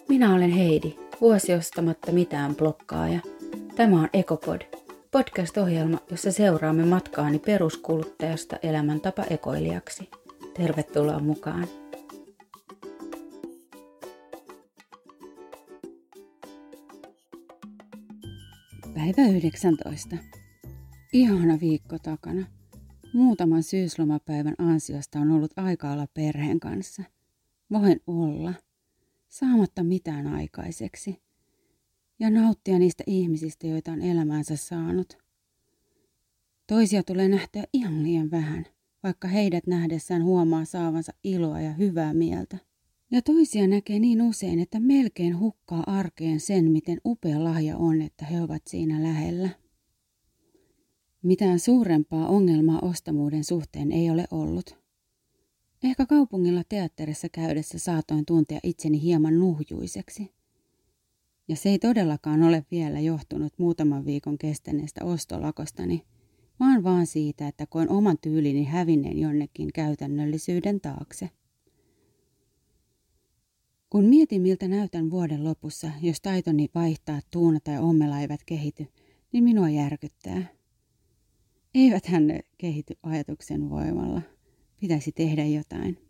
Minä olen Heidi, vuosi ostamatta mitään blokkaaja. Tämä on Ekopod, podcast-ohjelma, jossa seuraamme matkaani peruskuluttajasta elämäntapa ekoilijaksi. Tervetuloa mukaan. Päivä 19. Ihana viikko takana. Muutaman syyslomapäivän ansiosta on ollut aika olla perheen kanssa. Voin olla, saamatta mitään aikaiseksi, ja nauttia niistä ihmisistä, joita on elämäänsä saanut. Toisia tulee nähtyä ihan liian vähän, vaikka heidät nähdessään huomaa saavansa iloa ja hyvää mieltä. Ja toisia näkee niin usein, että melkein hukkaa arkeen sen, miten upea lahja on, että he ovat siinä lähellä. Mitään suurempaa ongelmaa ostamuuden suhteen ei ole ollut. Ehkä kaupungilla teatterissa käydessä saatoin tuntea itseni hieman nuhjuiseksi. Ja se ei todellakaan ole vielä johtunut muutaman viikon kestäneestä ostolakostani, vaan siitä, että koen oman tyylini hävinneen jonnekin käytännöllisyyden taakse. Kun mietin, miltä näytän vuoden lopussa, jos taitoni vaihtaa, tuunata ja ommella eivät kehity, niin minua järkyttää. Eiväthän ne kehity ajatuksen voimalla. Pitäisi tehdä jotain.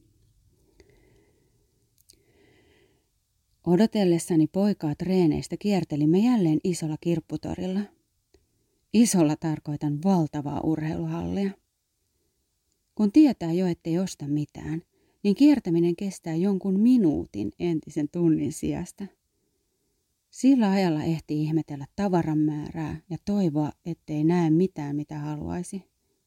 Odotellessani poikaa treeneistä kiertelimme jälleen isolla kirpputorilla. Isolla tarkoitan valtavaa urheiluhallia. Kun tietää jo, ettei osta mitään, niin kiertäminen kestää jonkun minuutin entisen tunnin sijasta. Sillä ajalla ehtii ihmetellä tavaran määrää ja toivoa, ettei näe mitään, mitä haluaisi.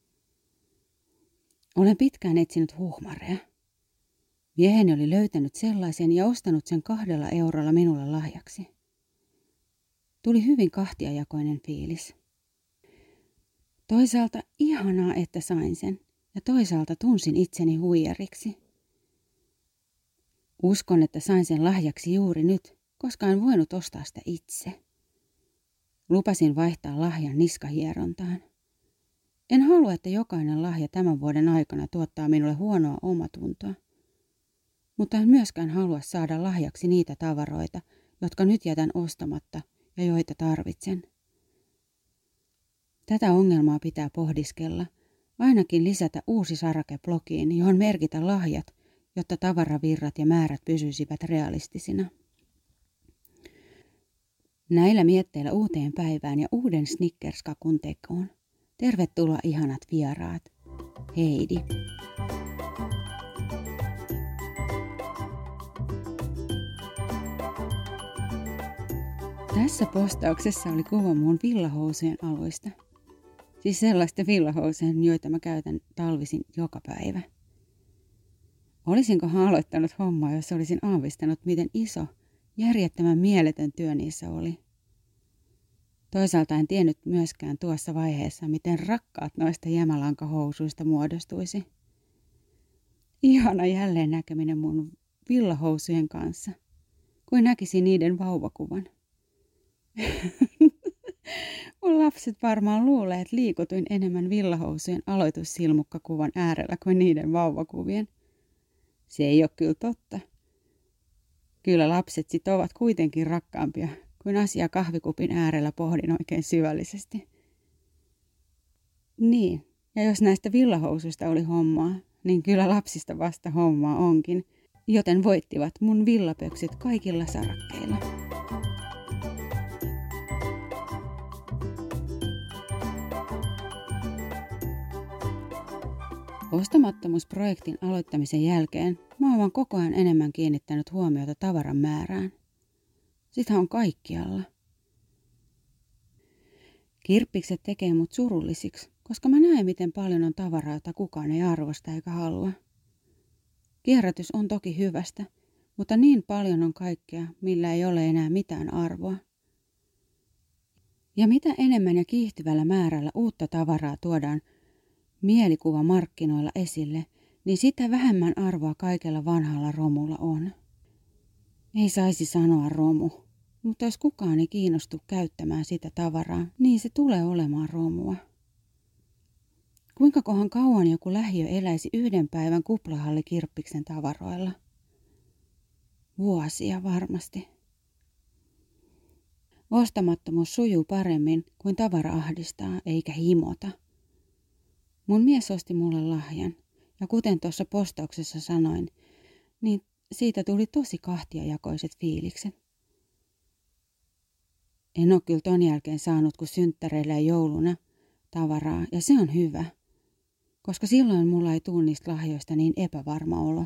Olen pitkään etsinyt huhmareja. Mieheni oli löytänyt sellaisen ja ostanut sen 2 eurolla minulle lahjaksi. Tuli hyvin kahtiajakoinen fiilis. Toisaalta ihanaa, että sain sen, ja toisaalta tunsin itseni huijariksi. Uskon, että sain sen lahjaksi juuri nyt, koska en voinut ostaa sitä itse. Lupasin vaihtaa lahjan niskahierontaan. En halua, että jokainen lahja tämän vuoden aikana tuottaa minulle huonoa omatuntoa. Mutta en myöskään halua saada lahjaksi niitä tavaroita, jotka nyt jätän ostamatta ja joita tarvitsen. Tätä ongelmaa pitää pohdiskella, ainakin lisätä uusi sarake blogiin, johon merkitä lahjat, jotta tavaravirrat ja määrät pysyisivät realistisina. Näillä mietteillä uuteen päivään ja uuden Snickers-kakun tekoon. Tervetuloa ihanat vieraat. Heidi. Tässä postauksessa oli kuva mun villahousujen aluista. Siis sellaisten villahousujen, joita mä käytän talvisin joka päivä. Olisinkohan aloittanut hommaa, jos olisin aavistanut, miten iso, järjettömän mieletön työ niissä oli. Toisaalta en tiennyt myöskään tuossa vaiheessa, miten rakkaat noista jämälankahousuista muodostuisi. Ihana jälleen näkeminen mun villahousujen kanssa, kuin näkisin niiden vauvakuvan. Mun lapset varmaan luulee, että liikutuin enemmän villahousujen aloitussilmukkakuvan äärellä kuin niiden vauvakuvien. Se ei ole kyllä totta. Kyllä lapset sit ovat kuitenkin rakkaampia, kuin asiaa kahvikupin äärellä pohdin oikein syvällisesti. Niin, ja jos näistä villahousuista oli hommaa, niin kyllä lapsista vasta hommaa onkin, joten voittivat mun villapöksyt kaikilla sarakkeilla. Ostamattomuusprojektin aloittamisen jälkeen mä oon koko ajan enemmän kiinnittänyt huomiota tavaran määrään. Sitä on kaikkialla. Kirppikset tekee mut surullisiksi, koska mä näen, miten paljon on tavaraa, jota kukaan ei arvosta eikä halua. Kierrätys on toki hyvästä, mutta niin paljon on kaikkea, millä ei ole enää mitään arvoa. Ja mitä enemmän ja kiihtyvällä määrällä uutta tavaraa tuodaan mielikuvamarkkinoilla esille, niin sitä vähemmän arvoa kaikella vanhalla romulla on. Ei saisi sanoa romu, mutta jos kukaan ei kiinnostu käyttämään sitä tavaraa, niin se tulee olemaan romua. Kuinkakohan kauan joku lähiö eläisi 1 päivän kuplahallikirppiksen tavaroilla? Vuosia varmasti. Ostamattomuus sujuu paremmin kuin tavara ahdistaa eikä himota. Mun mies osti mulle lahjan ja kuten tuossa postauksessa sanoin, niin siitä tuli tosi kahtiajakoiset fiilikset. En ole kyllä ton jälkeen saanut kuin synttäreillä ja jouluna tavaraa ja se on hyvä, koska silloin mulla ei tule niistä lahjoista niin epävarma olo.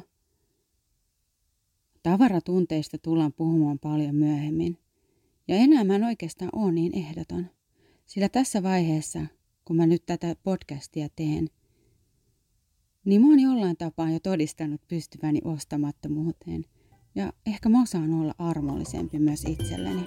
Tavaratunteista tullaan puhumaan paljon myöhemmin. Ja enää mä en oikeastaan ole niin ehdoton. Sillä tässä vaiheessa, kun mä nyt tätä podcastia teen, niin mä oon jollain tapaa jo todistanut pystyväni ostamattomuuteen. Ja ehkä mä osaan olla armollisempi myös itselleni.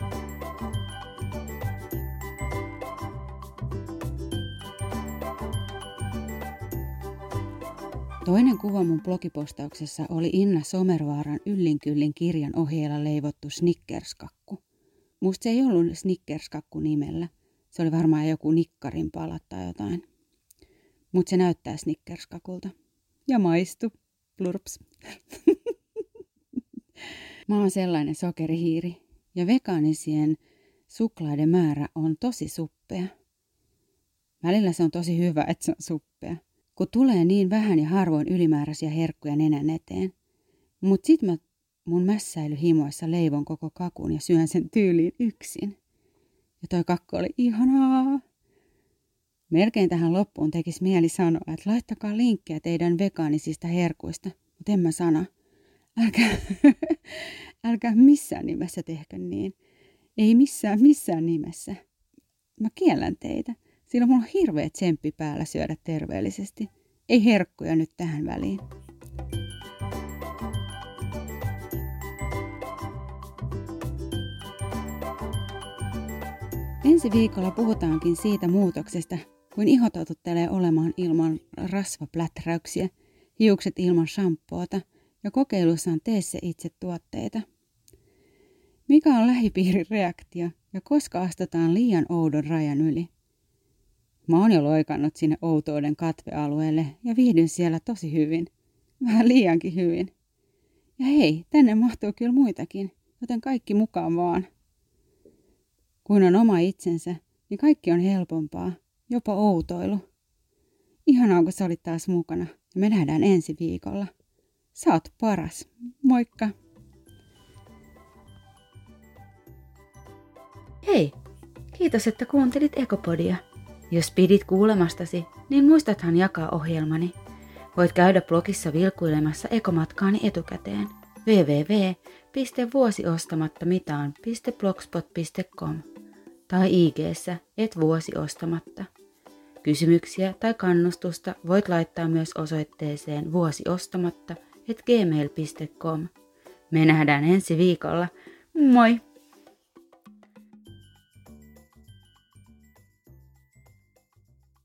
Toinen kuva mun blogipostauksessa oli Inna Somervaaran Yllinkyllin kirjan ohjeella leivottu Snickers-kakku. Musta se ei ollut Snickers-kakku nimellä. Se oli varmaan joku nikkarin palat tai jotain. Mutta se näyttää Snickers-kakulta. Ja maistu. Plurps. Mä oon sellainen sokerihiiri. Ja vegaanisien suklaiden määrä on tosi suppea. Välillä se on tosi hyvä, että se on suppea. Kun tulee niin vähän ja harvoin ylimääräisiä herkkuja nenän eteen. Mut sit mä mun mässäilyhimoissa leivon koko kakun ja syön sen tyyliin yksin. Ja toi kakku oli ihanaa. Melkein tähän loppuun tekisi mieli sanoa, että laittakaa linkkejä teidän vegaanisista herkuista. Mutta en mä sano. Älkää missään nimessä tehkö niin. Ei missään nimessä. Mä kiellän teitä. Sillä mulla on hirveä tsemppi päällä syödä terveellisesti. Ei herkkuja nyt tähän väliin. Ensi viikolla puhutaankin siitä muutoksesta, kuin iho totuttelee olemaan ilman rasvapläträyksiä, hiukset ilman shampoota ja kokeilussaan tee se itse tuotteita. Mikä on lähipiirin reaktio ja koska astutaan liian oudon rajan yli? Mä oon jo loikannut sinne outouden katvealueelle ja viihdyn siellä tosi hyvin. Vähän liiankin hyvin. Ja hei, tänne mahtuu kyllä muitakin, joten kaikki mukaan vaan. Kun on oma itsensä, niin kaikki on helpompaa, jopa outoilu. Ihanaa, kun sä olit taas mukana ja me nähdään ensi viikolla. Sä oot paras. Moikka! Hei! Kiitos, että kuuntelit Ekopodia. Jos pidit kuulemastasi, niin muistathan jakaa ohjelmani. Voit käydä blogissa vilkuilemassa ekomatkaani etukäteen. www.vuosiostamattamitaan.blogspot.com tai IG:ssä @vuosiostamatta. Kysymyksiä tai kannustusta voit laittaa myös osoitteeseen vuosiostamatta@gmail.com. Me nähdään ensi viikolla. Moi!